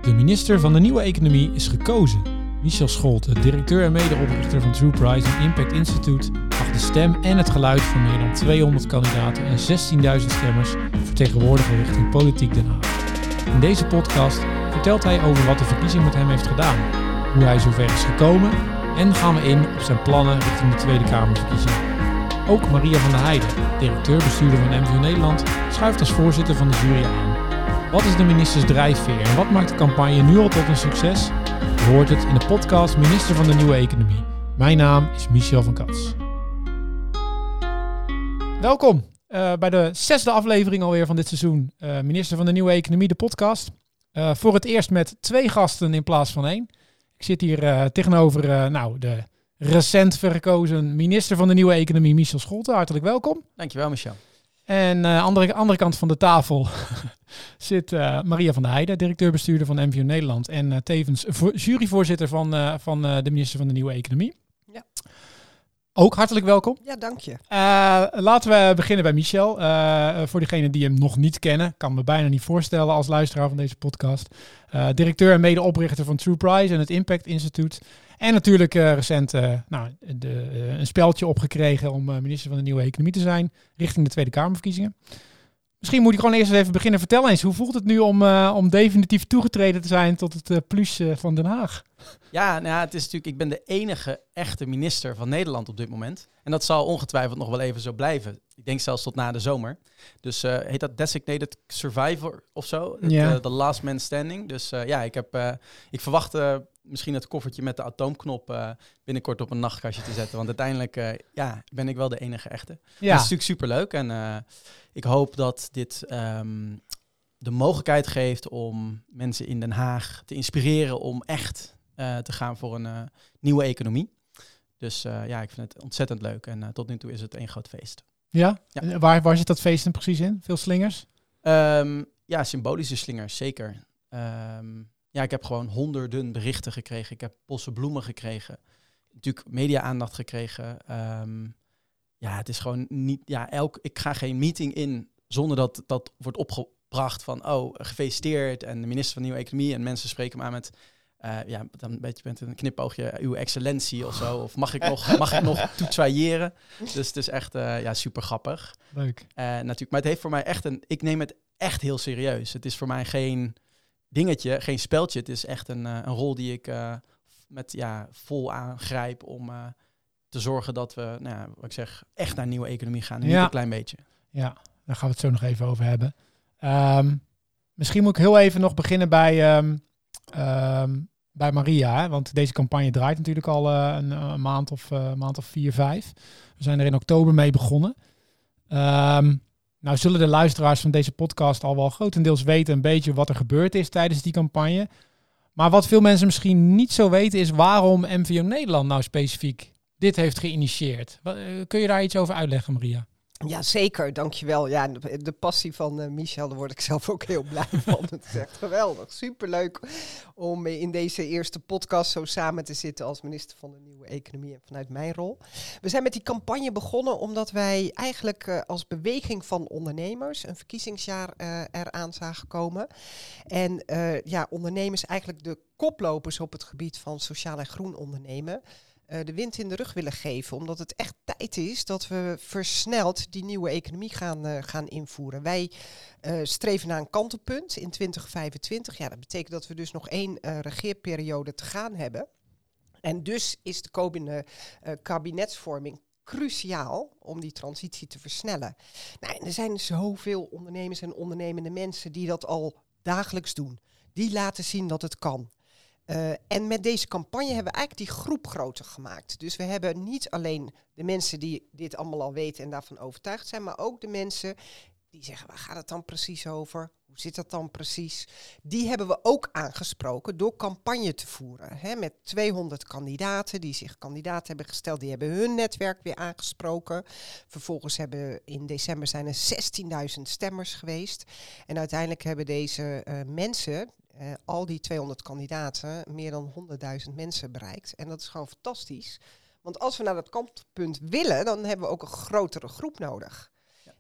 De minister van de Nieuwe Economie is gekozen. Michel Scholte, directeur en medeoprichter van TruePrice en Impact Institute, mag de stem en het geluid van meer dan 200 kandidaten en 16.000 stemmers vertegenwoordigen richting Politiek Den Haag. In deze podcast vertelt hij over wat de verkiezing met hem heeft gedaan, hoe hij zover is gekomen en gaan we in op zijn plannen richting de Tweede Kamerverkiezingen. Ook Maria van der Heijden, directeur-bestuurder van MVO Nederland, schuift als voorzitter van de jury aan. Wat is de ministers drijfveer en wat maakt de campagne nu al tot een succes? Je hoort het in de podcast Minister van de Nieuwe Economie. Mijn naam is Michel van Kats. Welkom bij de 6e aflevering alweer van dit seizoen. Minister van de Nieuwe Economie, de podcast. Voor het eerst met 2 gasten in plaats van 1. Ik zit hier tegenover de recent verkozen minister van de Nieuwe Economie, Michel Scholte. Hartelijk welkom. Dankjewel, Michel. En aan de andere kant van de tafel zit Maria van der Heijden, directeur-bestuurder van MVO Nederland en tevens juryvoorzitter van de minister van de Nieuwe Economie. Ja. Ook hartelijk welkom. Ja, dank je. Laten we beginnen bij Michel. Voor diegenen die hem nog niet kennen, kan me bijna niet voorstellen als luisteraar van deze podcast. Directeur en medeoprichter van TruePrice en het Impact Institute. En natuurlijk recent een speldje opgekregen om minister van de Nieuwe Economie te zijn richting de Tweede Kamerverkiezingen. Misschien moet ik gewoon eerst even beginnen. Vertel eens, hoe voelt het nu om definitief toegetreden te zijn tot het plus van Den Haag? Ja, het is natuurlijk, ik ben de enige echte minister van Nederland op dit moment. En dat zal ongetwijfeld nog wel even zo blijven. Ik denk zelfs tot na de zomer. Dus heet dat Designated Survivor of zo? Ja. The Last Man Standing. Dus ik verwacht misschien het koffertje met de atoomknop binnenkort op een nachtkastje te zetten. Want uiteindelijk ben ik wel de enige echte. Ja. Dat is natuurlijk superleuk. En ik hoop dat dit de mogelijkheid geeft om mensen in Den Haag te inspireren om echt te gaan voor een nieuwe economie. Dus ik vind het ontzettend leuk. En tot nu toe is het één groot feest. Ja? Ja. En waar zit dat feest dan precies in? Veel slingers? Symbolische slingers, zeker. Ik heb gewoon honderden berichten gekregen. Ik heb bossen bloemen gekregen. Natuurlijk media-aandacht gekregen. Het is gewoon niet... ik ga geen meeting in zonder dat dat wordt opgebracht van... gefeliciteerd en de minister van Nieuwe Economie. En mensen spreken me aan met... dan een beetje met een knipoogje, uw excellentie of zo. Of mag ik nog toetsoiëren? Dus het is echt super grappig. Leuk. Natuurlijk, maar het heeft voor mij echt ik neem het echt heel serieus. Het is voor mij geen dingetje, geen speltje. Het is echt een rol die ik vol aangrijp om te zorgen dat we, wat ik zeg, echt naar een nieuwe economie gaan. En niet een klein beetje. Ja, daar gaan we het zo nog even over hebben. Misschien moet ik heel even nog beginnen bij Maria, hè? Want deze campagne draait natuurlijk al een maand of 4, 5. We zijn er in oktober mee begonnen. Nou zullen de luisteraars van deze podcast al wel grotendeels weten een beetje wat er gebeurd is tijdens die campagne. Maar wat veel mensen misschien niet zo weten is waarom MVO Nederland nou specifiek dit heeft geïnitieerd. Kun je daar iets over uitleggen, Maria? Ja, zeker. Dankjewel. Ja, de passie van Michel, daar word ik zelf ook heel blij van. Het is echt geweldig. Superleuk om in deze eerste podcast zo samen te zitten als minister van de Nieuwe Economie en vanuit mijn rol. We zijn met die campagne begonnen omdat wij eigenlijk als beweging van ondernemers een verkiezingsjaar eraan zagen komen. En ondernemers eigenlijk de koplopers op het gebied van sociaal en groen ondernemen de wind in de rug willen geven. Omdat het echt tijd is dat we versneld die nieuwe economie gaan invoeren. Wij streven naar een kantelpunt in 2025. Ja, dat betekent dat we dus nog 1 regeerperiode te gaan hebben. En dus is de komende kabinetsvorming cruciaal om die transitie te versnellen. Nou, en er zijn zoveel ondernemers en ondernemende mensen die dat al dagelijks doen. Die laten zien dat het kan. En met deze campagne hebben we eigenlijk die groep groter gemaakt. Dus we hebben niet alleen de mensen die dit allemaal al weten en daarvan overtuigd zijn, maar ook de mensen die zeggen, waar gaat het dan precies over? Hoe zit dat dan precies? Die hebben we ook aangesproken door campagne te voeren. Hè, met 200 kandidaten die zich kandidaat hebben gesteld. Die hebben hun netwerk weer aangesproken. Vervolgens in december zijn er 16.000 stemmers geweest. En uiteindelijk hebben deze mensen... al die 200 kandidaten meer dan 100.000 mensen bereikt. En dat is gewoon fantastisch. Want als we naar dat kantelpunt willen, dan hebben we ook een grotere groep nodig. Ja.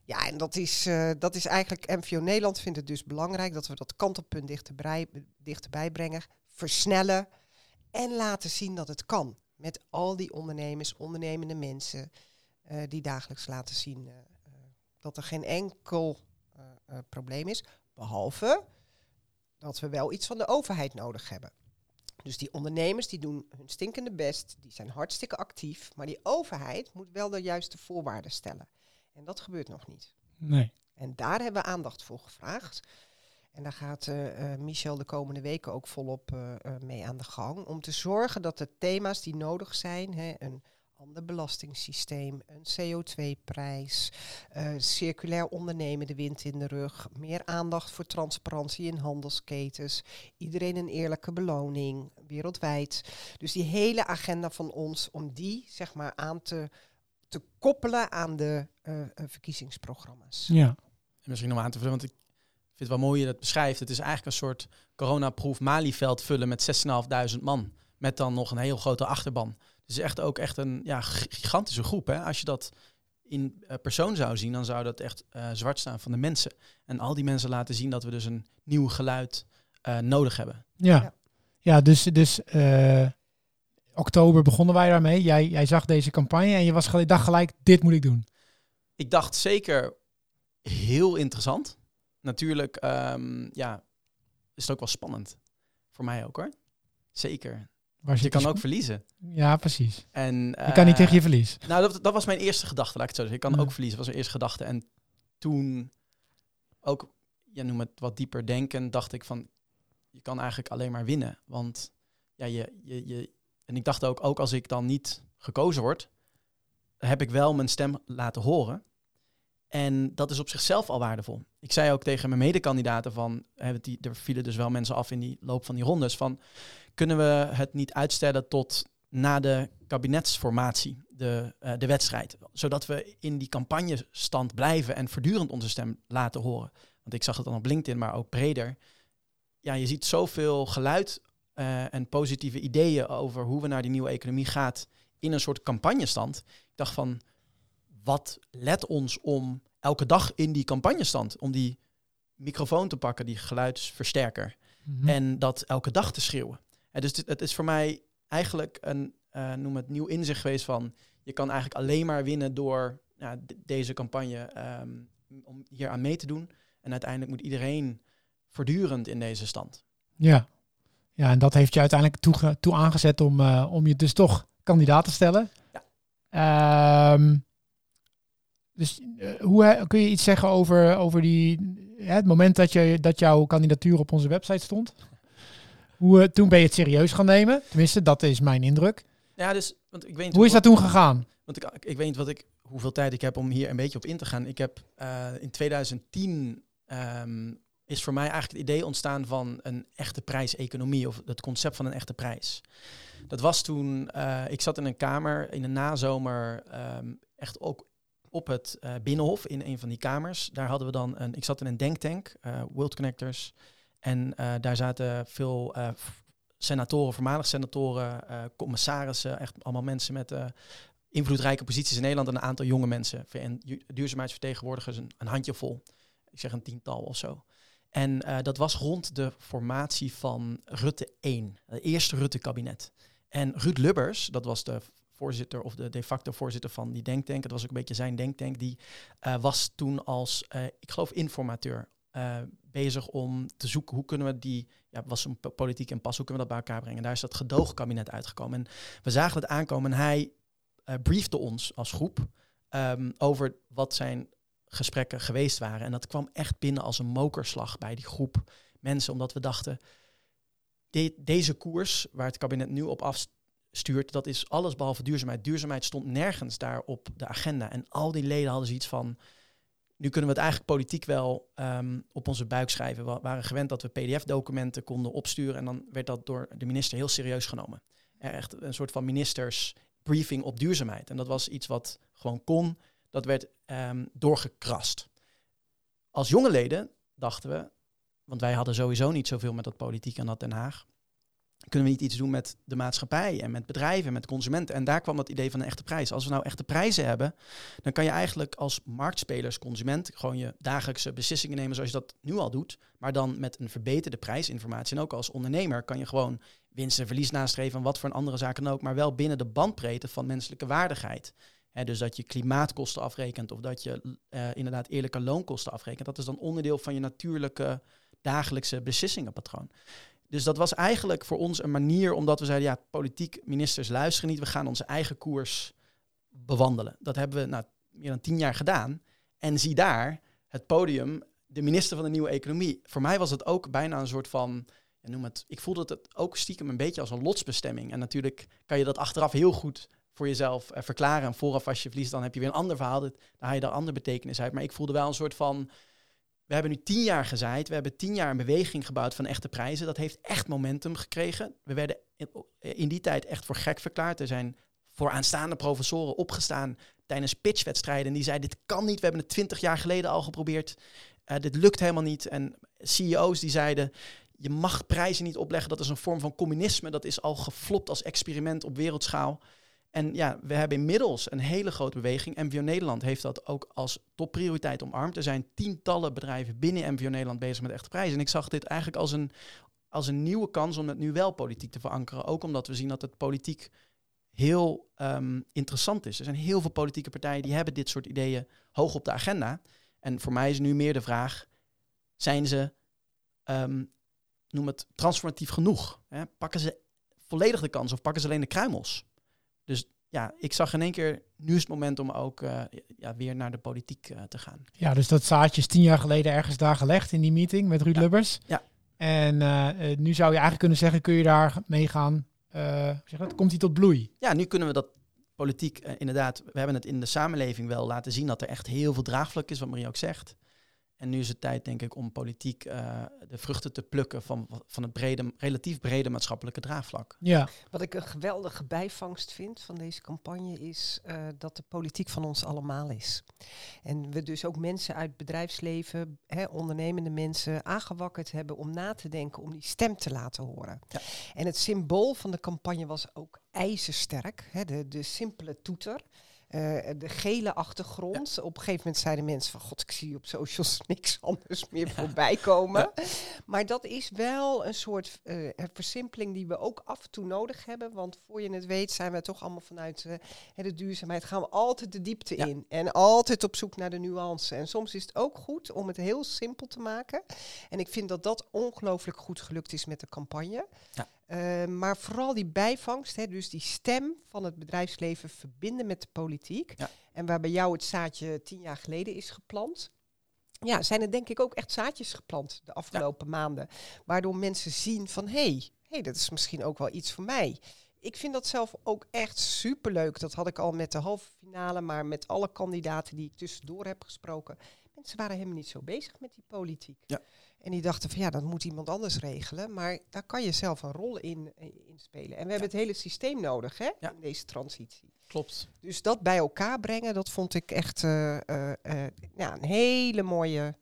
Ja, en dat is eigenlijk... MVO Nederland vindt het dus belangrijk dat we dat kantelpunt dichterbij brengen, versnellen en laten zien dat het kan. Met al die ondernemers, ondernemende mensen die dagelijks laten zien dat er geen enkel probleem is. Behalve dat we wel iets van de overheid nodig hebben. Dus die ondernemers die doen hun stinkende best, die zijn hartstikke actief. Maar die overheid moet wel de juiste voorwaarden stellen. En dat gebeurt nog niet. Nee. En daar hebben we aandacht voor gevraagd. En daar gaat Michel de komende weken ook volop mee aan de gang. Om te zorgen dat de thema's die nodig zijn, een ander belastingssysteem, een CO2-prijs, circulair ondernemen de wind in de rug, meer aandacht voor transparantie in handelsketens, iedereen een eerlijke beloning, wereldwijd. Dus die hele agenda van ons, om die zeg maar aan te koppelen aan de verkiezingsprogramma's. Ja. En misschien nog aan te vullen, want ik vind het wel mooi hoe je dat beschrijft. Het is eigenlijk een soort coronaproof Malieveld vullen met 6.500 man. Met dan nog een heel grote achterban. Dus echt een gigantische groep. Hè? Als je dat in persoon zou zien, dan zou dat echt zwart staan van de mensen. En al die mensen laten zien dat we dus een nieuw geluid nodig hebben. Ja, dus oktober begonnen wij daarmee. Jij zag deze campagne en je dacht gelijk, dit moet ik doen. Ik dacht zeker heel interessant. Natuurlijk is het ook wel spannend. Voor mij ook hoor. Zeker. Je kan ook verliezen. Ja, precies. En, je kan niet tegen je verlies. Nou, dat was mijn eerste gedachte, laat ik het zo zeggen. Ik kan ook verliezen, was mijn eerste gedachte. En toen ook, noem het wat dieper denken, dacht ik van, je kan eigenlijk alleen maar winnen. Want en ik dacht ook als ik dan niet gekozen word, heb ik wel mijn stem laten horen. En dat is op zichzelf al waardevol. Ik zei ook tegen mijn medekandidaten van, er vielen dus wel mensen af in die loop van die rondes, van kunnen we het niet uitstellen tot na de kabinetsformatie, de wedstrijd. Zodat we in die campagnestand blijven en voortdurend onze stem laten horen. Want ik zag het dan op LinkedIn, maar ook breder. Ja, je ziet zoveel geluid en positieve ideeën over hoe we naar die nieuwe economie gaat in een soort campagnestand. Ik dacht van, wat let ons om elke dag in die campagnestand, om die microfoon te pakken, die geluidsversterker, en dat elke dag te schreeuwen. Dus het is voor mij eigenlijk een noem het nieuw inzicht geweest van, je kan eigenlijk alleen maar winnen door deze campagne om hier aan mee te doen. En uiteindelijk moet iedereen voortdurend in deze stand. Ja, en dat heeft je uiteindelijk toe aangezet om je dus toch kandidaat te stellen. Ja. Dus hoe kun je iets zeggen over het moment dat jouw kandidatuur op onze website stond? Toen ben je het serieus gaan nemen. Tenminste, dat is mijn indruk. Ja, dus, want ik weet niet hoe is dat toen gegaan? Want ik weet niet hoeveel tijd ik heb om hier een beetje op in te gaan. Ik heb in 2010 is voor mij eigenlijk het idee ontstaan van een echte prijseconomie, of het concept van een echte prijs. Dat was toen, ik zat in een kamer in de nazomer, echt ook op het Binnenhof in een van die kamers. Daar hadden we dan ik zat in een denktank, World Connectors. En daar zaten veel senatoren, voormalig senatoren, commissarissen, echt allemaal mensen met invloedrijke posities in Nederland en een aantal jonge mensen. En duurzaamheidsvertegenwoordigers, een handjevol. Ik zeg een 10-tal of zo. En dat was rond de formatie van Rutte 1, het eerste Rutte-kabinet. En Ruud Lubbers, dat was de voorzitter of de de facto voorzitter van die denktank, dat was ook een beetje zijn denktank, die was toen als, ik geloof, informateur bezig om te zoeken hoe kunnen we was een politiek en pas, hoe kunnen we dat bij elkaar brengen. En daar is dat gedoogkabinet uitgekomen. En we zagen het aankomen en hij briefde ons als groep over wat zijn gesprekken geweest waren. En dat kwam echt binnen als een mokerslag bij die groep mensen, omdat we dachten, deze koers waar het kabinet nu op afstuurt, dat is alles behalve duurzaamheid. Duurzaamheid stond nergens daar op de agenda. En al die leden hadden zoiets van, nu kunnen we het eigenlijk politiek wel op onze buik schrijven. We waren gewend dat we PDF-documenten konden opsturen en dan werd dat door de minister heel serieus genomen. Echt een soort van ministersbriefing op duurzaamheid. En dat was iets wat gewoon kon. Dat werd doorgekrast. Als jonge leden dachten we, want wij hadden sowieso niet zoveel met dat politiek en dat Den Haag. kunnen we niet iets doen met de maatschappij en met bedrijven en met consumenten? En daar kwam dat idee van een echte prijs. Als we nou echte prijzen hebben, dan kan je eigenlijk als marktspelers, consument, gewoon je dagelijkse beslissingen nemen zoals je dat nu al doet, maar dan met een verbeterde prijsinformatie. En ook als ondernemer kan je gewoon winst en verlies nastreven en wat voor een andere zaken dan ook, maar wel binnen de bandbreedte van menselijke waardigheid. Dus dat je klimaatkosten afrekent of dat je inderdaad eerlijke loonkosten afrekent. Dat is dan onderdeel van je natuurlijke dagelijkse beslissingenpatroon. Dus dat was eigenlijk voor ons een manier, omdat we zeiden, politiek ministers luisteren niet, we gaan onze eigen koers bewandelen. Dat hebben we meer dan 10 jaar gedaan. En zie daar, het podium, de minister van de nieuwe economie. Voor mij was het ook bijna een soort van, ik voelde het ook stiekem een beetje als een lotsbestemming. En natuurlijk kan je dat achteraf heel goed voor jezelf verklaren. En vooraf als je verliest, dan heb je weer een ander verhaal. Dan haal je daar andere betekenis uit. Maar ik voelde wel een soort van, we hebben nu 10 jaar gezaaid. We hebben 10 jaar een beweging gebouwd van echte prijzen. Dat heeft echt momentum gekregen. We werden in die tijd echt voor gek verklaard. Er zijn vooraanstaande professoren opgestaan tijdens pitchwedstrijden. En die zeiden, dit kan niet. We hebben het 20 jaar geleden al geprobeerd. Dit lukt helemaal niet. En CEO's die zeiden, je mag prijzen niet opleggen. Dat is een vorm van communisme. Dat is al geflopt als experiment op wereldschaal. En we hebben inmiddels een hele grote beweging. MVO Nederland heeft dat ook als topprioriteit omarmd. Er zijn tientallen bedrijven binnen MVO Nederland bezig met echte prijzen. En ik zag dit eigenlijk als een nieuwe kans om het nu wel politiek te verankeren. Ook omdat we zien dat het politiek heel interessant is. Er zijn heel veel politieke partijen die hebben dit soort ideeën hoog op de agenda. En voor mij is nu meer de vraag, zijn ze, noem het transformatief genoeg? Hè? Pakken ze volledig de kans of pakken ze alleen de kruimels? Dus ik zag in één keer, nu is het moment om ook weer naar de politiek te gaan. Ja, dus dat zaadje is 10 jaar geleden ergens daar gelegd in die meeting met Ruud Lubbers. Ja. En nu zou je eigenlijk kunnen zeggen, kun je daar mee gaan, komt hij tot bloei? Ja, nu kunnen we dat politiek inderdaad, we hebben het in de samenleving wel laten zien dat er echt heel veel draagvlak is, wat Marie ook zegt. En nu is het tijd, denk ik, om politiek de vruchten te plukken van het relatief brede maatschappelijke draagvlak. Ja. Wat ik een geweldige bijvangst vind van deze campagne is dat de politiek van ons allemaal is. En we dus ook mensen uit het bedrijfsleven, ondernemende mensen, aangewakkerd hebben om na te denken, om die stem te laten horen. Ja. En het symbool van de campagne was ook ijzersterk, de simpele toeter. De gele achtergrond. Ja. Op een gegeven moment zeiden mensen van, god, ik zie op socials niks anders meer voorbij komen. Ja. Maar dat is wel een soort versimpeling die we ook af en toe nodig hebben. Want voor je het weet zijn we toch allemaal vanuit de duurzaamheid gaan we altijd de diepte in. En altijd op zoek naar de nuance. En soms is het ook goed om het heel simpel te maken. En ik vind dat dat ongelooflijk goed gelukt is met de campagne. Ja. Maar vooral die bijvangst, dus die stem van het bedrijfsleven verbinden met de politiek. Ja. En waar bij jou het zaadje 10 jaar geleden is geplant. Ja, zijn er denk ik ook echt zaadjes geplant de afgelopen maanden. Waardoor mensen zien van, hey, dat is misschien ook wel iets voor mij. Ik vind dat zelf ook echt superleuk. Dat had ik al met de halve finale, maar met alle kandidaten die ik tussendoor heb gesproken. Mensen waren helemaal niet zo bezig met die politiek. Ja. En die dachten van, dat moet iemand anders regelen. Maar daar kan je zelf een rol in spelen. En we hebben het hele systeem nodig, in deze transitie. Klopt. Dus dat bij elkaar brengen, dat vond ik echt een hele mooie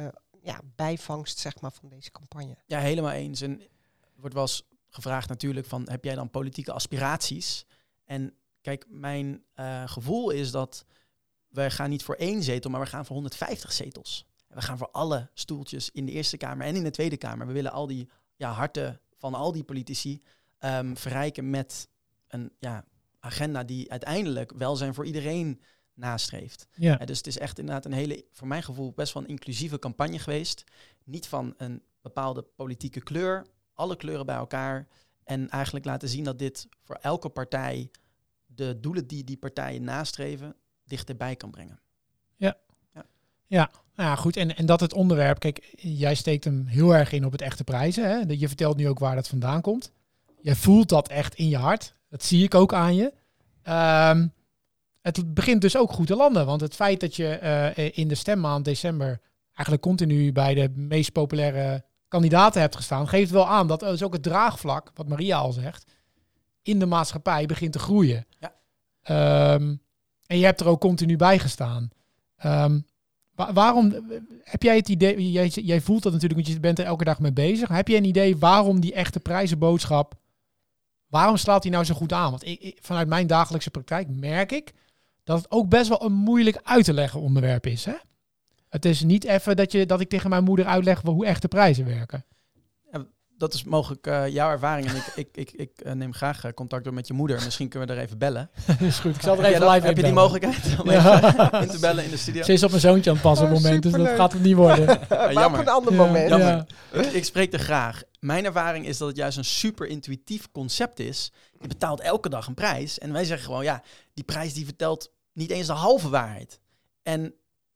bijvangst, zeg maar, van deze campagne. Ja, helemaal eens. En wordt wel eens gevraagd natuurlijk van, heb jij dan politieke aspiraties? En kijk, mijn gevoel is dat we gaan niet voor 1 zetel, maar we gaan voor 150 zetels. We gaan voor alle stoeltjes in de Eerste Kamer en in de Tweede Kamer. We willen al die harten van al die politici verrijken met een agenda die uiteindelijk welzijn voor iedereen nastreeft. Ja. Dus het is echt inderdaad een hele, voor mijn gevoel, best wel een inclusieve campagne geweest. Niet van een bepaalde politieke kleur, alle kleuren bij elkaar. En eigenlijk laten zien dat dit voor elke partij de doelen die partijen nastreven dichterbij kan brengen. Ja, nou ja, goed. En dat het onderwerp, kijk, jij steekt hem heel erg in op het echte prijzen. Hè? Je vertelt nu ook waar dat vandaan komt. Jij voelt dat echt in je hart. Dat zie ik ook aan je. Het begint dus ook goed te landen. Want het feit dat je in de stemmaand december eigenlijk continu bij de meest populaire kandidaten hebt gestaan, geeft wel aan dat dus ook het draagvlak, wat Maria al zegt, in de maatschappij begint te groeien. Ja. En je hebt er ook continu bij gestaan. Waarom heb jij het idee, jij voelt dat natuurlijk, want je bent er elke dag mee bezig. Heb jij een idee waarom die echte prijzenboodschap waarom slaat hij nou zo goed aan? Want ik vanuit mijn dagelijkse praktijk merk ik dat het ook best wel een moeilijk uit te leggen onderwerp is. Hè? Het is niet even dat ik tegen mijn moeder uitleg hoe echte prijzen werken. Dat is mogelijk jouw ervaring. En ik neem graag contact door met je moeder. Misschien kunnen we er even bellen. Is goed. Ik zal er even live heb je die mogelijkheid om even in te bellen in de studio? Ze is op mijn zoontje aan het passen op het moment, dus dat gaat het niet worden. Maar op een ander moment. Jammer. Ik spreek er graag. Mijn ervaring is dat het juist een super intuïtief concept is. Je betaalt elke dag een prijs. En wij zeggen gewoon, die prijs die vertelt niet eens de halve waarheid. En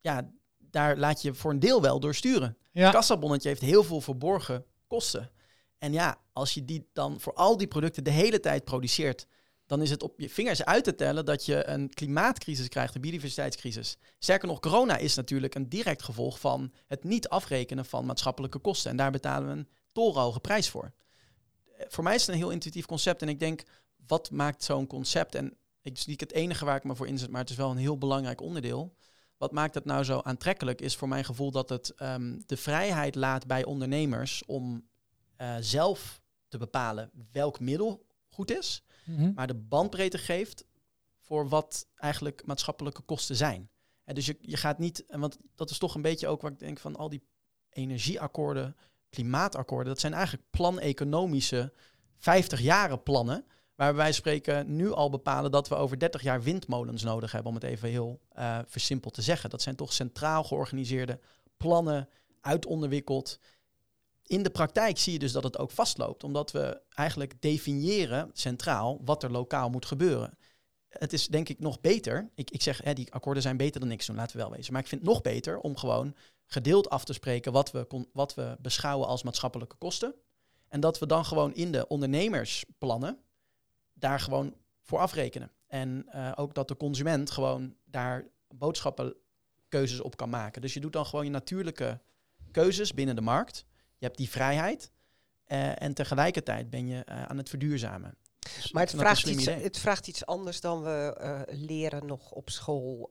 daar laat je voor een deel wel door sturen. Ja. Het kassabonnetje heeft heel veel verborgen kosten. En als je die dan voor al die producten de hele tijd produceert, dan is het op je vingers uit te tellen dat je een klimaatcrisis krijgt, een biodiversiteitscrisis. Sterker nog, corona is natuurlijk een direct gevolg van het niet afrekenen van maatschappelijke kosten. En daar betalen we een torenhoge prijs voor. Voor mij is het een heel intuïtief concept. En ik denk, wat maakt zo'n concept? En ik zie het enige waar ik me voor inzet, maar het is wel een heel belangrijk onderdeel. Wat maakt het nou zo aantrekkelijk is voor mijn gevoel dat het de vrijheid laat bij ondernemers om zelf te bepalen welk middel goed is, maar de bandbreedte geeft voor wat eigenlijk maatschappelijke kosten zijn. En dus je gaat niet, want dat is toch een beetje ook wat ik denk van al die energieakkoorden, klimaatakkoorden, dat zijn eigenlijk planeconomische 50-jaren plannen, waar wij spreken nu al bepalen dat we over 30 jaar windmolens nodig hebben, om het even heel versimpeld te zeggen. Dat zijn toch centraal georganiseerde plannen, uitonderwikkeld. In de praktijk zie je dus dat het ook vastloopt, omdat we eigenlijk definiëren centraal wat er lokaal moet gebeuren. Het is denk ik nog beter, ik zeg die akkoorden zijn beter dan niks doen, laten we wel wezen. Maar ik vind het nog beter om gewoon gedeeld af te spreken wat we beschouwen als maatschappelijke kosten. En dat we dan gewoon in de ondernemersplannen daar gewoon voor afrekenen. En ook dat de consument gewoon daar boodschappenkeuzes op kan maken. Dus je doet dan gewoon je natuurlijke keuzes binnen de markt. Je hebt die vrijheid en tegelijkertijd ben je aan het verduurzamen. Dus maar het vraagt iets anders dan we leren nog op school.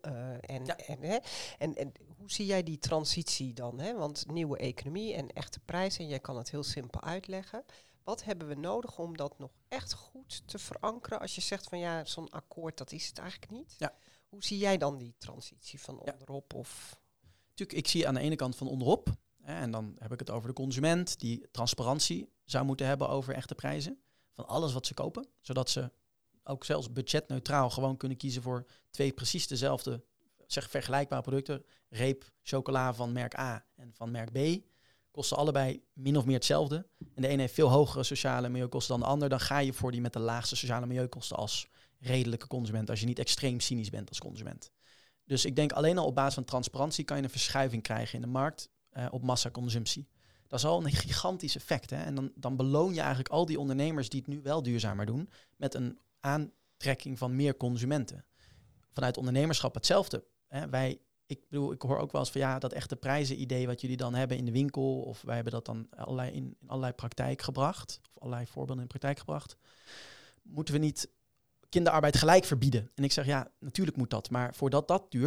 En hoe zie jij die transitie dan? Hè? Want nieuwe economie en echte prijzen, en jij kan het heel simpel uitleggen. Wat hebben we nodig om dat nog echt goed te verankeren? Als je zegt van zo'n akkoord, dat is het eigenlijk niet. Ja. Hoe zie jij dan die transitie van onderop? Natuurlijk, ik zie aan de ene kant van onderop. En dan heb ik het over de consument die transparantie zou moeten hebben over echte prijzen. Van alles wat ze kopen. Zodat ze ook zelfs budgetneutraal gewoon kunnen kiezen voor 2 precies dezelfde, vergelijkbare producten. Reep chocola van merk A en van merk B. Kosten allebei min of meer hetzelfde. En de ene heeft veel hogere sociale milieukosten dan de ander. Dan ga je voor die met de laagste sociale milieukosten als redelijke consument. Als je niet extreem cynisch bent als consument. Dus ik denk alleen al op basis van transparantie kan je een verschuiving krijgen in de markt op massaconsumptie. Dat is al een gigantisch effect. Hè? En dan beloon je eigenlijk al die ondernemers die het nu wel duurzamer doen met een aantrekking van meer consumenten. Vanuit ondernemerschap hetzelfde. Hè? Ik hoor ook wel eens van dat echte prijzen idee wat jullie dan hebben in de winkel, of wij hebben dat dan in allerlei praktijk gebracht, of allerlei voorbeelden in praktijk gebracht. Moeten we niet kinderarbeid gelijk verbieden? En ik zeg natuurlijk moet dat, maar voordat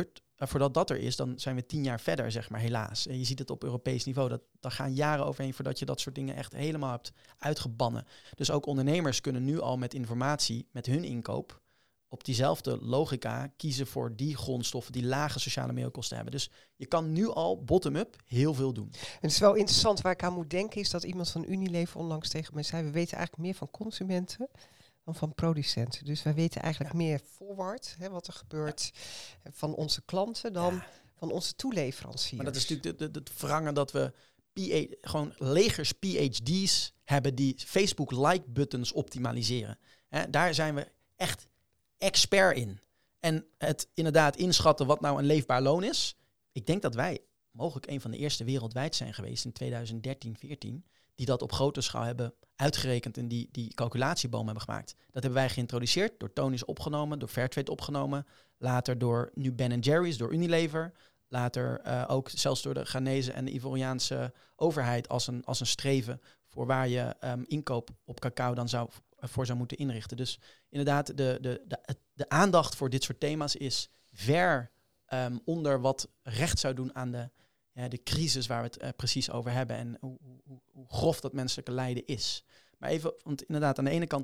dat er is, dan zijn we 10 jaar verder, zeg maar, helaas. En je ziet het op Europees niveau, daar gaan jaren overheen voordat je dat soort dingen echt helemaal hebt uitgebannen. Dus ook ondernemers kunnen nu al met informatie, met hun inkoop, op diezelfde logica kiezen voor die grondstoffen die lage sociale milieukosten hebben. Dus je kan nu al bottom-up heel veel doen. En het is wel interessant, waar ik aan moet denken, is dat iemand van Unilever onlangs tegen mij zei, we weten eigenlijk meer van consumenten dan van producenten. Dus wij weten eigenlijk meer forward, wat er gebeurt van onze klanten dan van onze toeleveranciers. Maar dat is natuurlijk het verhangen dat we gewoon legers PhD's hebben die Facebook like-buttons optimaliseren. Daar zijn we echt expert in. En het inderdaad inschatten wat nou een leefbaar loon is. Ik denk dat wij mogelijk een van de eerste wereldwijd zijn geweest in 2013, 14... die dat op grote schaal hebben uitgerekend en die calculatieboom hebben gemaakt. Dat hebben wij geïntroduceerd, door Tony's opgenomen, door Fairtrade opgenomen, later door nu Ben & Jerry's, door Unilever, later ook zelfs door de Ghanese en de Ivoriaanse overheid als een streven voor waar je inkoop op cacao dan voor zou moeten inrichten. Dus inderdaad, de aandacht voor dit soort thema's is ver onder wat recht zou doen aan de crisis waar we het precies over hebben en hoe grof dat menselijke lijden is. Maar even, want inderdaad, aan de ene kant dat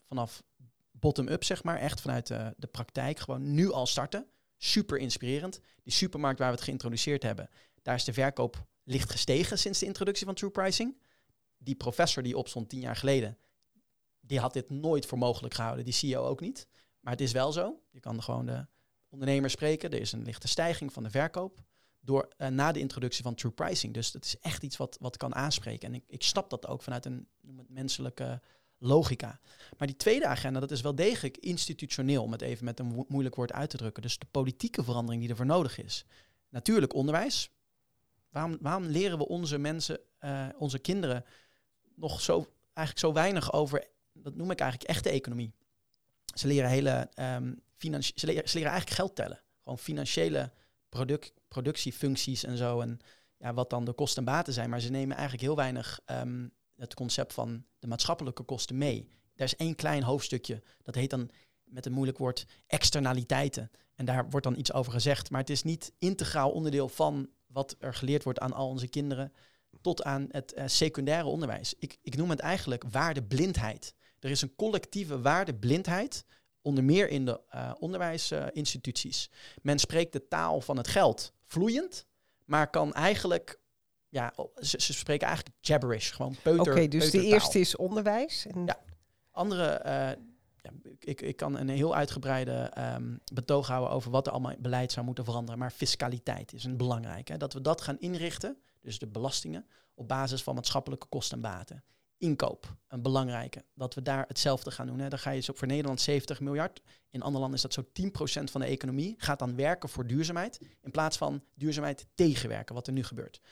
vanaf bottom-up, zeg maar, echt vanuit de praktijk, gewoon nu al starten. Super inspirerend. Die supermarkt waar we het geïntroduceerd hebben, daar is de verkoop licht gestegen sinds de introductie van True Pricing. Die professor die opstond 10 jaar geleden, die had dit nooit voor mogelijk gehouden. Die CEO ook niet. Maar het is wel zo. Je kan gewoon de ondernemer spreken. Er is een lichte stijging van de verkoop na de introductie van True Pricing. Dus dat is echt iets wat kan aanspreken. En ik snap dat ook vanuit een menselijke logica. Maar die tweede agenda, dat is wel degelijk institutioneel, om het even met een moeilijk woord uit te drukken. Dus de politieke verandering die ervoor nodig is. Natuurlijk onderwijs. Waarom leren we onze mensen, onze kinderen, nog zo weinig over, dat noem ik eigenlijk echte economie. Ze leren ze leren eigenlijk geld tellen. Gewoon financiële productiefuncties en zo. En ja, wat dan de kosten en baten zijn. Maar ze nemen eigenlijk heel weinig het concept van de maatschappelijke kosten mee. Daar is 1 klein hoofdstukje. Dat heet dan met een moeilijk woord externaliteiten. En daar wordt dan iets over gezegd. Maar het is niet integraal onderdeel van wat er geleerd wordt aan al onze kinderen tot aan het secundaire onderwijs. Ik noem het eigenlijk waardeblindheid. Er is een collectieve waardeblindheid, onder meer in de onderwijsinstituties. Men spreekt de taal van het geld vloeiend, maar kan eigenlijk, ja, ze spreken eigenlijk gibberish, gewoon peutertaal. Oké, dus de eerste is onderwijs. En ja, andere, ik kan een heel uitgebreide betoog houden over wat er allemaal beleid zou moeten veranderen, maar fiscaliteit is een belangrijke. Dat we dat gaan inrichten, dus de belastingen, op basis van maatschappelijke kosten en baten. Inkoop, een belangrijke. Dat we daar hetzelfde gaan doen. Hè. Dan ga je zo voor Nederland 70 miljard. In andere landen is dat zo 10% van de economie. Gaat dan werken voor duurzaamheid. In plaats van duurzaamheid tegenwerken, wat er nu gebeurt.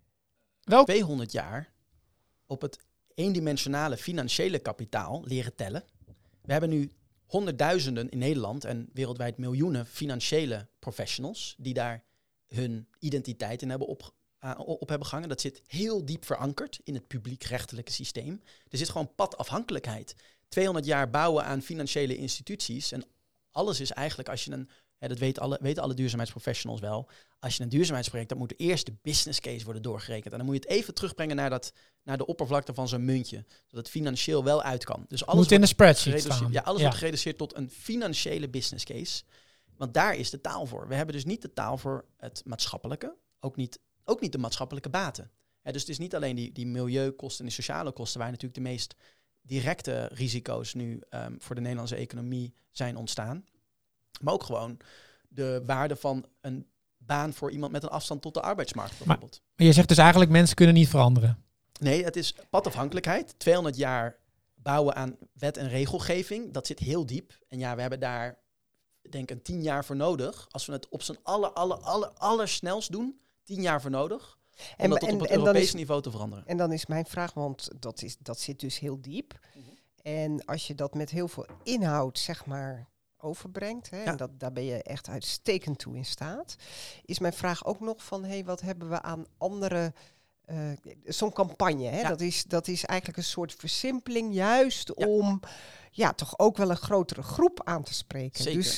200 jaar op het eendimensionale financiële kapitaal leren tellen. We hebben nu honderdduizenden in Nederland en wereldwijd miljoenen financiële professionals die daar hun identiteit in hebben op hebben gehangen. Dat zit heel diep verankerd in het publiek-rechtelijke systeem. Er zit gewoon padafhankelijkheid. 200 jaar bouwen aan financiële instituties. En alles is eigenlijk, als je dat weten alle duurzaamheidsprofessionals wel. Als je een duurzaamheidsproject, dan moet eerst de business case worden doorgerekend. En dan moet je het even terugbrengen naar de oppervlakte van zo'n muntje. Zodat het financieel wel uit kan. Dus alles moet in de spreadsheet staan. Ja, alles wordt gereduceerd tot een financiële business case. Want daar is de taal voor. We hebben dus niet de taal voor het maatschappelijke. Ook niet de maatschappelijke baten. Dus het is niet alleen die milieukosten en die sociale kosten, waar natuurlijk de meest directe risico's nu voor de Nederlandse economie zijn ontstaan. Maar ook gewoon de waarde van een baan voor iemand met een afstand tot de arbeidsmarkt bijvoorbeeld. Maar je zegt dus eigenlijk mensen kunnen niet veranderen. Nee, het is padafhankelijkheid. 200 jaar bouwen aan wet en regelgeving. Dat zit heel diep. En ja, we hebben daar denk ik 10 jaar voor nodig. Als we het op zijn allersnelst doen, 10 jaar voor nodig. Om dat tot op het Europese niveau te veranderen. En dan is mijn vraag, want dat zit dus heel diep. Mm-hmm. En als je dat met heel veel inhoud, zeg maar, overbrengt, hè, en daar ben je echt uitstekend toe in staat, is mijn vraag ook nog van, wat hebben we aan andere, zo'n campagne, hè? Ja. Dat is eigenlijk een soort versimpeling, juist om toch ook wel een grotere groep aan te spreken. Zeker. Dus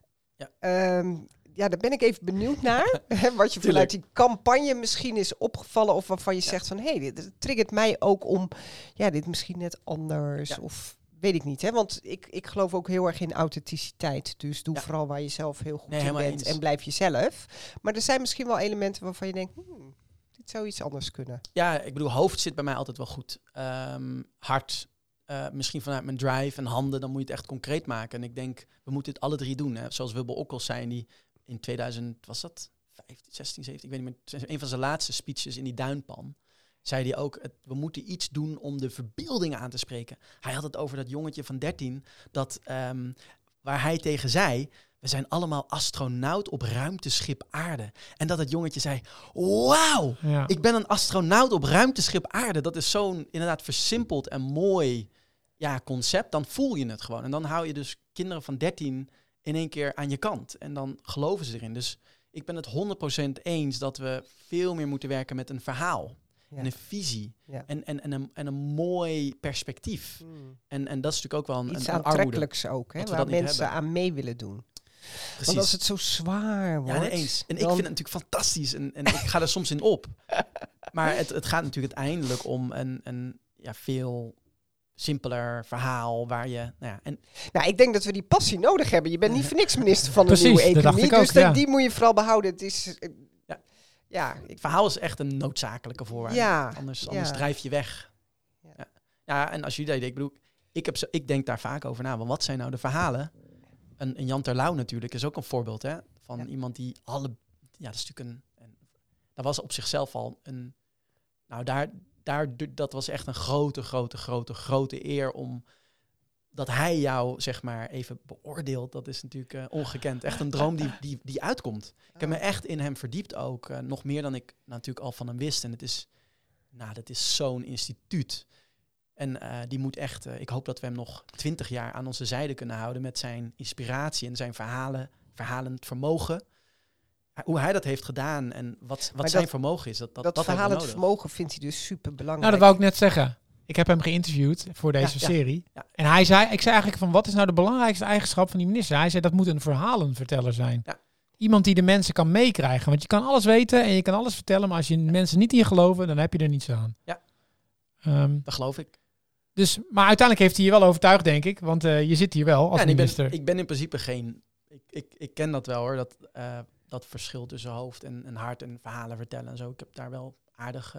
daar ben ik even benieuwd naar. Wat je vanuit die campagne misschien is opgevallen, of waarvan je zegt van, dit triggert mij ook om, dit misschien net anders, of weet ik niet. Hè? Want ik geloof ook heel erg in authenticiteit. Dus doe vooral waar je zelf heel goed in bent en blijf jezelf. Maar er zijn misschien wel elementen waarvan je denkt, dit zou iets anders kunnen. Ja, ik bedoel, hoofd zit bij mij altijd wel goed. Hart, misschien vanuit mijn drive en handen, dan moet je het echt concreet maken. En ik denk, we moeten het alle 3 doen. Hè? Zoals Wubbe Okkels zei, die in 2000, was dat 15, 16, 17, ik weet niet meer, een van zijn laatste speeches in die Duinpan, zei hij ook, we moeten iets doen om de verbeeldingen aan te spreken. Hij had het over dat jongetje van 13, waar hij tegen zei, we zijn allemaal astronaut op ruimteschip Aarde. En dat het jongetje zei, wauw, ik ben een astronaut op ruimteschip Aarde. Dat is zo'n inderdaad versimpeld en mooi concept. Dan voel je het gewoon. En dan hou je dus kinderen van 13 in één keer aan je kant. En dan geloven ze erin. Dus ik ben het 100% eens dat we veel meer moeten werken met een verhaal. Ja. En een visie. Ja. En een mooi perspectief. En dat is natuurlijk ook wel iets een aantrekkelijks ook, hè, waar mensen aan mee willen doen. Precies. Want als het zo zwaar wordt... Ja, eens. En ik vind het natuurlijk fantastisch. En ik ga er soms in op. Maar het gaat natuurlijk uiteindelijk om een veel simpeler verhaal waar je... Nou, ik denk dat we die passie nodig hebben. Je bent niet voor niks minister van de Precies, nieuwe dat dacht economie. ik ook, Dus die moet je vooral behouden. Het is... Het verhaal is echt een noodzakelijke voorwaarde. Ja, Anders drijf je weg. Ja, en als jullie... Ik bedoel, ik denk daar vaak over na. Want wat zijn nou de verhalen? Een Jan Terlouw natuurlijk is ook een voorbeeld, hè? Van iemand die alle... Ja, dat is natuurlijk dat was op zichzelf al een... Nou, dat was echt een grote eer om... Dat hij jou, zeg maar, even beoordeelt. Dat is natuurlijk ongekend. Echt een droom die uitkomt. Ik heb me echt in hem verdiept ook. Nog meer dan ik natuurlijk al van hem wist. En dat is zo'n instituut. En die moet echt... ik hoop dat we hem nog 20 jaar aan onze zijde kunnen houden... met zijn inspiratie en zijn verhalend vermogen... Hoe hij dat heeft gedaan en wat zijn vermogen is. Dat verhalend vermogen vindt hij dus super belangrijk. Nou, dat wou ik net zeggen. Ik heb hem geïnterviewd voor deze serie. Ja. En ik zei eigenlijk van, wat is nou de belangrijkste eigenschap van die minister? Hij zei, dat moet een verhalenverteller zijn. Ja. Iemand die de mensen kan meekrijgen. Want je kan alles weten en je kan alles vertellen, maar als je mensen niet in je geloven, dan heb je er niets aan. Ja, dat geloof ik. Dus, maar uiteindelijk heeft hij je wel overtuigd, denk ik. Want je zit hier wel als minister. Ik ben in principe geen... Ik ken dat wel hoor, dat verschil tussen hoofd en hart en verhalen vertellen en zo. Ik heb daar wel aardig...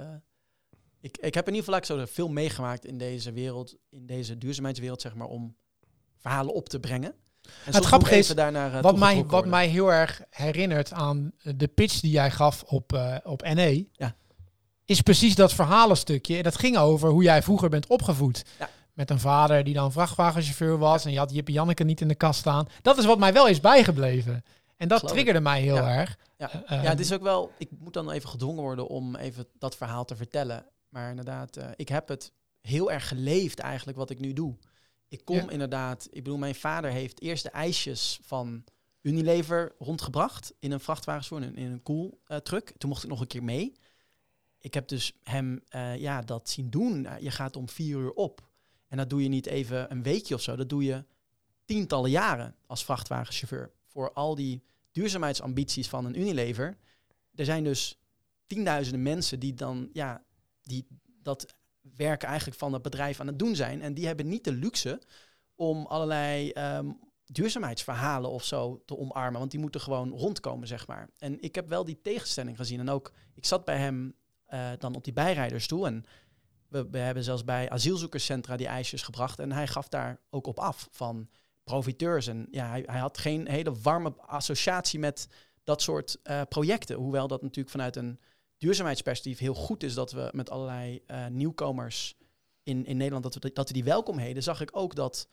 Ik heb in ieder geval zo veel meegemaakt in deze wereld, in deze duurzaamheidswereld, zeg maar, om verhalen op te brengen. En het grappige is, wat mij heel erg herinnert aan de pitch die jij gaf op NE, is precies dat verhalenstukje. Dat ging over hoe jij vroeger bent opgevoed. Ja. Met een vader die dan vrachtwagenchauffeur was en je had Jip en Janneke niet in de kast staan. Dat is wat mij wel is bijgebleven. En dat triggerde mij heel erg. Ja. Het is ook wel... Ik moet dan even gedwongen worden om even dat verhaal te vertellen. Maar inderdaad, ik heb het heel erg geleefd eigenlijk wat ik nu doe. Ik kom inderdaad... Ik bedoel, mijn vader heeft eerst de ijsjes van Unilever rondgebracht in een vrachtwagen, in een koeltruck. Toen mocht ik nog een keer mee. Ik heb dus hem dat zien doen. Je gaat om 4 uur op. En dat doe je niet even een weekje of zo. Dat doe je tientallen jaren als vrachtwagenchauffeur. Voor al die duurzaamheidsambities van een Unilever. Er zijn dus 10.000 mensen die dan... die dat werken eigenlijk van het bedrijf aan het doen zijn. En die hebben niet de luxe om allerlei duurzaamheidsverhalen of zo te omarmen. Want die moeten gewoon rondkomen, zeg maar. En ik heb wel die tegenstelling gezien. En ook, ik zat bij hem dan op die bijrijdersstoel. En we hebben zelfs bij asielzoekerscentra die ijsjes gebracht. En hij gaf daar ook op af van profiteurs. En hij had geen hele warme associatie met dat soort projecten. Hoewel dat natuurlijk vanuit een duurzaamheidsperspectief heel goed is dat we met allerlei nieuwkomers in Nederland, dat we die welkom heden, zag ik ook dat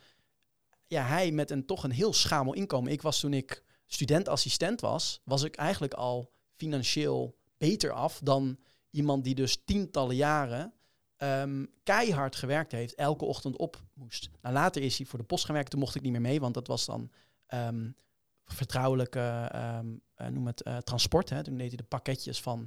hij met toch een heel schamel inkomen. Toen ik studentassistent was ik eigenlijk al financieel beter af dan iemand die dus tientallen jaren keihard gewerkt heeft, elke ochtend op moest. Nou, later is hij voor de post gaan werken, toen mocht ik niet meer mee, want dat was dan vertrouwelijke transport. Hè. Toen deed hij de pakketjes van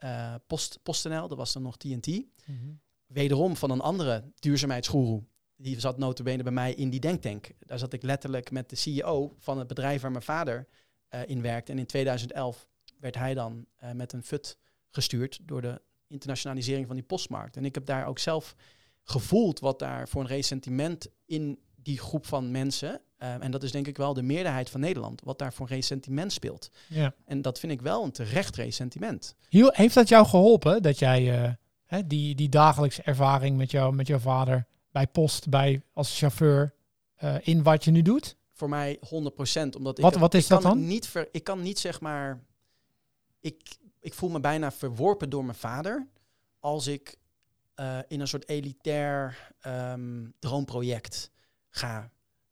PostNL, dat was dan nog TNT. Mm-hmm. Wederom van een andere duurzaamheidsgoeroe. Die zat nota bene bij mij in die denktank. Daar zat ik letterlijk met de CEO van het bedrijf waar mijn vader in werkte. En in 2011 werd hij dan met een FUT gestuurd door de internationalisering van die postmarkt. En ik heb daar ook zelf gevoeld wat daar voor een resentiment in die groep van mensen, en dat is denk ik wel de meerderheid van Nederland, wat daar voor een resentiment speelt. Ja. En dat vind ik wel een terecht resentiment. Heeft dat jou geholpen, dat jij die dagelijkse ervaring met jouw vader bij post, als chauffeur, in wat je nu doet? Voor mij 100%. Omdat wat is dat dan? Ik kan niet zeg maar... Ik voel me bijna verworpen door mijn vader als ik in een soort elitair droomproject ga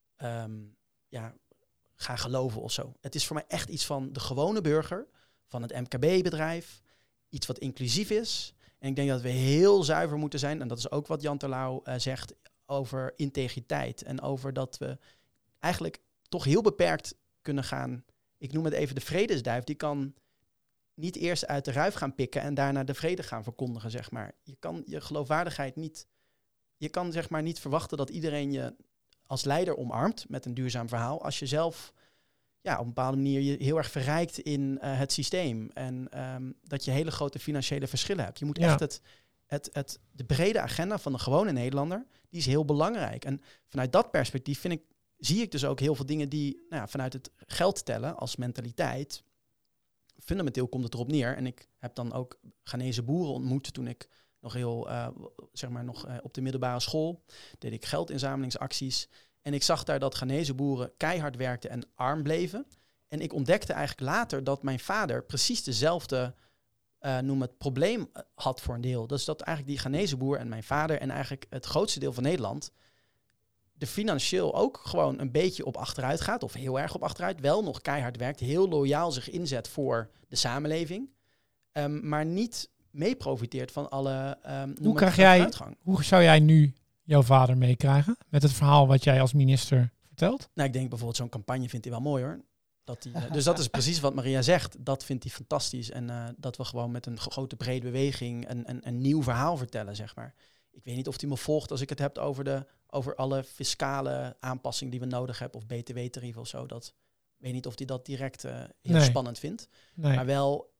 geloven of zo. Het is voor mij echt iets van de gewone burger, van het MKB-bedrijf, iets wat inclusief is. En ik denk dat we heel zuiver moeten zijn, en dat is ook wat Jan Terlouw zegt, over integriteit. En over dat we eigenlijk toch heel beperkt kunnen gaan. Ik noem het even de vredesduif. Die kan niet eerst uit de ruif gaan pikken en daarna de vrede gaan verkondigen, zeg maar. Je kan je geloofwaardigheid niet... Je kan zeg maar niet verwachten dat iedereen je als leider omarmt met een duurzaam verhaal, als je zelf op een bepaalde manier je heel erg verrijkt in het systeem. En dat je hele grote financiële verschillen hebt. Je moet echt de brede agenda van de gewone Nederlander, die is heel belangrijk. En vanuit dat perspectief zie ik dus ook heel veel dingen die vanuit het geld tellen als mentaliteit. Fundamenteel komt het erop neer. En ik heb dan ook Ghanese boeren ontmoet toen ik nog op de middelbare school. Deed ik geldinzamelingsacties. En ik zag daar dat Ghanese boeren keihard werkten en arm bleven. En ik ontdekte eigenlijk later dat mijn vader precies dezelfde probleem had voor een deel. Dus dat eigenlijk die Ghanese boer en mijn vader en eigenlijk het grootste deel van Nederland er financieel ook gewoon een beetje op achteruit gaat, of heel erg op achteruit, wel nog keihard werkt, heel loyaal zich inzet voor de samenleving, maar niet mee profiteert van alle vooruitgang. Hoe zou jij nu jouw vader meekrijgen met het verhaal wat jij als minister vertelt? Nou, ik denk bijvoorbeeld zo'n campagne vindt hij wel mooi hoor. Dus dat is precies wat Maria zegt. Dat vindt hij fantastisch. En dat we gewoon met een grote brede beweging een nieuw verhaal vertellen, zeg maar. Ik weet niet of hij me volgt als ik het heb over alle fiscale aanpassingen die we nodig hebben, of btw-tarief of zo. Ik weet niet of hij dat direct heel spannend vindt. Nee. Maar wel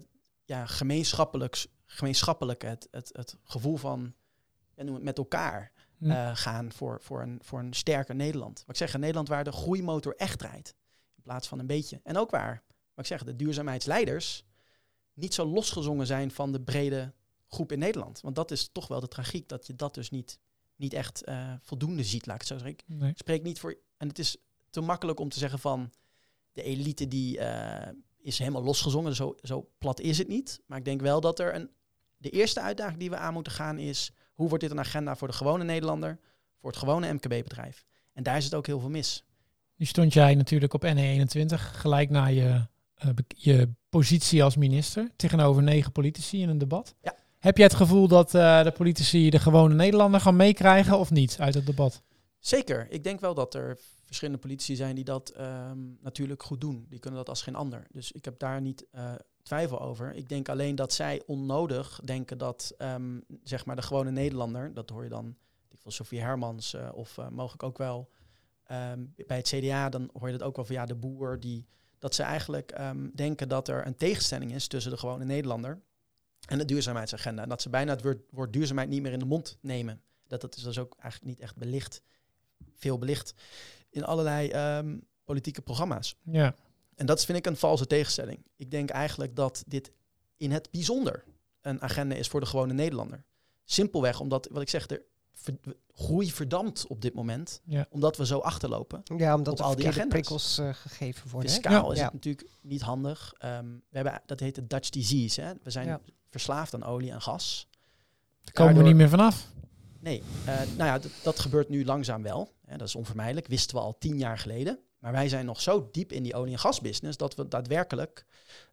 gemeenschappelijk het gevoel van met elkaar gaan voor een sterker Nederland. Wat ik zeg, een Nederland waar de groeimotor echt rijdt. In plaats van een beetje. En ook waar, wat ik zeg, de duurzaamheidsleiders niet zo losgezongen zijn van de brede groep in Nederland. Want dat is toch wel de tragiek, dat je dat dus niet echt voldoende ziet, laat ik het zo zeggen. Nee. Ik spreek niet voor... En het is te makkelijk om te zeggen van de elite die is helemaal losgezongen. Zo plat is het niet. Maar ik denk wel dat de eerste uitdaging die we aan moeten gaan is, hoe wordt dit een agenda voor de gewone Nederlander, voor het gewone MKB-bedrijf? En daar is het ook heel veel mis. Nu stond jij natuurlijk op NE21 gelijk na je positie als minister tegenover 9 politici in een debat. Ja. Heb jij het gevoel dat de politici de gewone Nederlander gaan meekrijgen of niet uit het debat? Zeker. Ik denk wel dat er verschillende politici zijn die dat natuurlijk goed doen. Die kunnen dat als geen ander. Dus ik heb daar niet twijfel over. Ik denk alleen dat zij onnodig denken dat zeg maar de gewone Nederlander, dat hoor je dan van Sophie Hermans of mogelijk ook wel bij het CDA, dan hoor je dat ook wel van de boer, dat ze eigenlijk denken dat er een tegenstelling is tussen de gewone Nederlander en de duurzaamheidsagenda. En dat ze bijna het woord duurzaamheid niet meer in de mond nemen. Dat is dus ook eigenlijk niet echt veel belicht in allerlei politieke programma's. Ja. En dat vind ik een valse tegenstelling. Ik denk eigenlijk dat dit in het bijzonder een agenda is voor de gewone Nederlander. Simpelweg omdat, wat ik zeg, de groei verdampt op dit moment. Ja. Omdat we zo achterlopen. Ja, omdat er al die prikkels gegeven worden. Fiscaal is het natuurlijk niet handig. Dat heet de Dutch disease. Hè? We zijn verslaafd aan olie en gas. Daar komen we niet meer vanaf. Nee, dat gebeurt nu langzaam wel. Hè? Dat is onvermijdelijk. Wisten we al 10 jaar geleden. Maar wij zijn nog zo diep in die olie- en gasbusiness dat we daadwerkelijk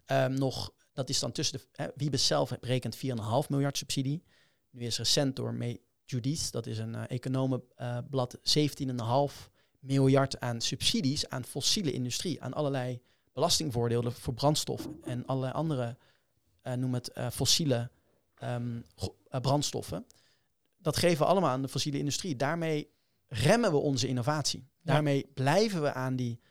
dat is dan tussen Wiebes zelf berekent 4,5 miljard subsidie. Nu is recent door Judice, dat is een economenblad, 17,5 miljard aan subsidies aan fossiele industrie, aan allerlei belastingvoordelen voor brandstof en allerlei andere, fossiele brandstoffen. Dat geven we allemaal aan de fossiele industrie. Daarmee remmen we onze innovatie. Daarmee blijven we aan die,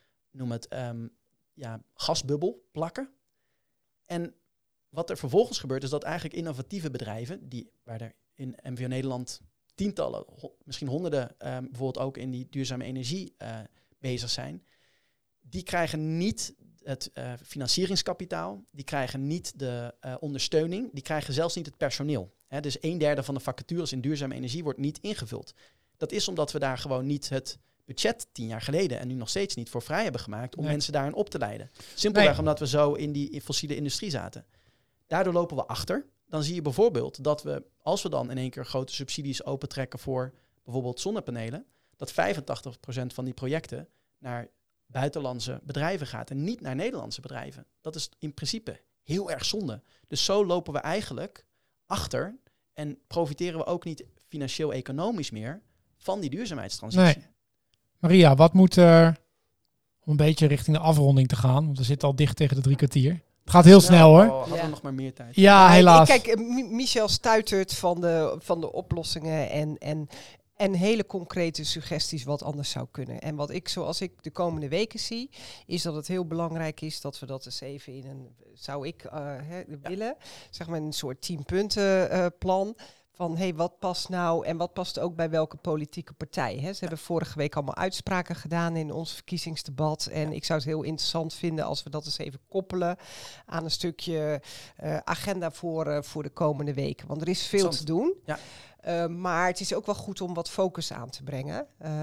gasbubbel plakken. En wat er vervolgens gebeurt, is dat eigenlijk innovatieve bedrijven, waar er in MVO Nederland tientallen, misschien honderden, bijvoorbeeld ook in die duurzame energie bezig zijn, die krijgen niet het financieringskapitaal, die krijgen niet de ondersteuning, die krijgen zelfs niet het personeel. Dus 1/3 van de vacatures in duurzame energie wordt niet ingevuld. Dat is omdat we daar gewoon niet het budget 10 jaar geleden en nu nog steeds niet voor vrij hebben gemaakt om mensen daarin op te leiden. Simpelweg omdat we zo in die fossiele industrie zaten. Daardoor lopen we achter. Dan zie je bijvoorbeeld dat we, als we dan in één keer grote subsidies opentrekken voor bijvoorbeeld zonnepanelen, dat 85% van die projecten naar buitenlandse bedrijven gaat en niet naar Nederlandse bedrijven. Dat is in principe heel erg zonde. Dus zo lopen we eigenlijk achter en profiteren we ook niet financieel-economisch meer van die duurzaamheidstransitie. Nee. Maria, wat moet er om een beetje richting de afronding te gaan? Want we zitten al dicht tegen de 3 kwartier. Het gaat heel snel hoor. Hadden we nog maar meer tijd. Ja, helaas. Kijk, Michel stuitert van de oplossingen en hele concrete suggesties wat anders zou kunnen. En zoals ik de komende weken zie, is dat het heel belangrijk is dat we dat eens even willen, zeg maar een soort 10 punten plan, van wat past nou en wat past ook bij welke politieke partij. Hè? Ze hebben vorige week allemaal uitspraken gedaan in ons verkiezingsdebat. En ik zou het heel interessant vinden als we dat eens even koppelen aan een stukje agenda voor de komende weken. Want er is veel te doen. Ja. Maar het is ook wel goed om wat focus aan te brengen.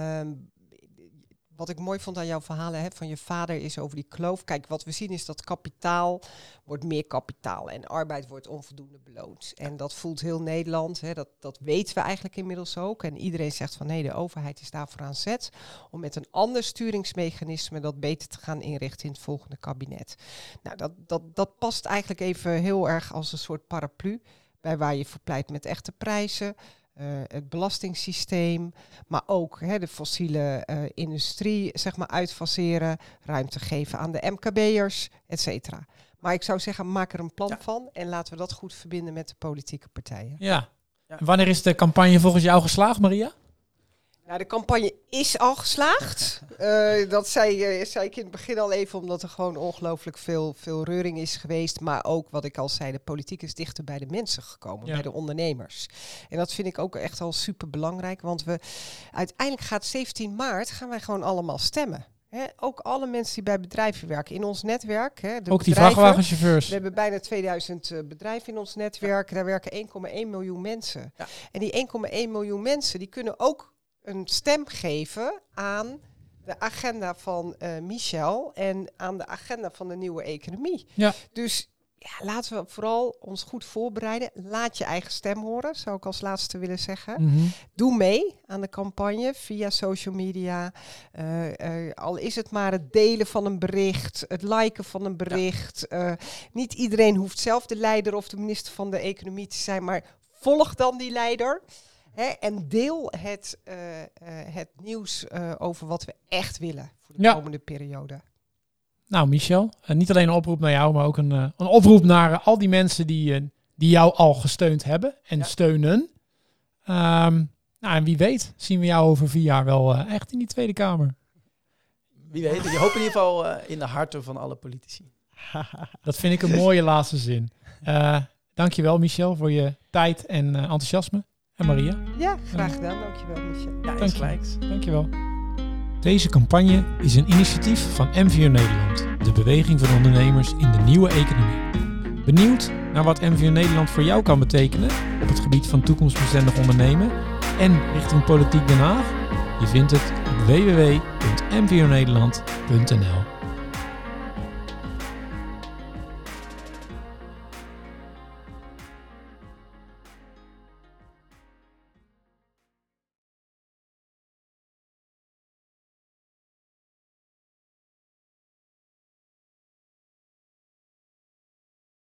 Wat ik mooi vond aan jouw verhalen van je vader is over die kloof. Kijk, wat we zien is dat kapitaal wordt meer kapitaal en arbeid wordt onvoldoende beloond. En dat voelt heel Nederland. Dat weten we eigenlijk inmiddels ook. En iedereen zegt van nee, de overheid is daarvoor aan zet om met een ander sturingsmechanisme dat beter te gaan inrichten in het volgende kabinet. Nou, dat past eigenlijk even heel erg als een soort paraplu bij waar je voor pleit met echte prijzen. Het belastingssysteem, maar ook de fossiele industrie uitfaseren, ruimte geven aan de MKB'ers, et cetera. Maar ik zou zeggen, maak er een plan van en laten we dat goed verbinden met de politieke partijen. Ja. Wanneer is de campagne volgens jou geslaagd, Maria? Nou, de campagne is al geslaagd. Dat zei ik in het begin al even, omdat er gewoon ongelooflijk veel reuring is geweest. Maar ook, wat ik al zei, de politiek is dichter bij de mensen gekomen, bij de ondernemers. En dat vind ik ook echt al super belangrijk, want uiteindelijk gaat 17 maart gaan wij gewoon allemaal stemmen. Ook alle mensen die bij bedrijven werken in ons netwerk. Ook die vrachtwagenchauffeurs. We hebben bijna 2000 bedrijven in ons netwerk. Daar werken 1,1 miljoen mensen. Ja. En die 1,1 miljoen mensen die kunnen ook een stem geven aan de agenda van Michel en aan de agenda van de nieuwe economie. Ja. Dus laten we vooral ons goed voorbereiden. Laat je eigen stem horen, zou ik als laatste willen zeggen. Mm-hmm. Doe mee aan de campagne via social media. Al is het maar het delen van een bericht, het liken van een bericht. Niet iedereen hoeft zelf de leider of de minister van de economie te zijn, maar volg dan die leider. En deel het nieuws over wat we echt willen voor de komende periode. Nou, Michel, niet alleen een oproep naar jou, maar ook een oproep naar al die mensen die jou al gesteund hebben en steunen. En wie weet zien we jou over 4 jaar wel echt in die Tweede Kamer. Wie weet, je hoopt in ieder geval in de harten van alle politici. Dat vind ik een mooie laatste zin. Dankjewel, Michel, voor je tijd en enthousiasme. En Maria? Ja, graag gedaan. Dankjewel, Michel. Ja, Dankjewel. Deze campagne is een initiatief van MVO Nederland, de beweging van ondernemers in de nieuwe economie. Benieuwd naar wat MVO Nederland voor jou kan betekenen op het gebied van toekomstbestendig ondernemen en richting politiek Den Haag? Je vindt het op www.mvonederland.nl.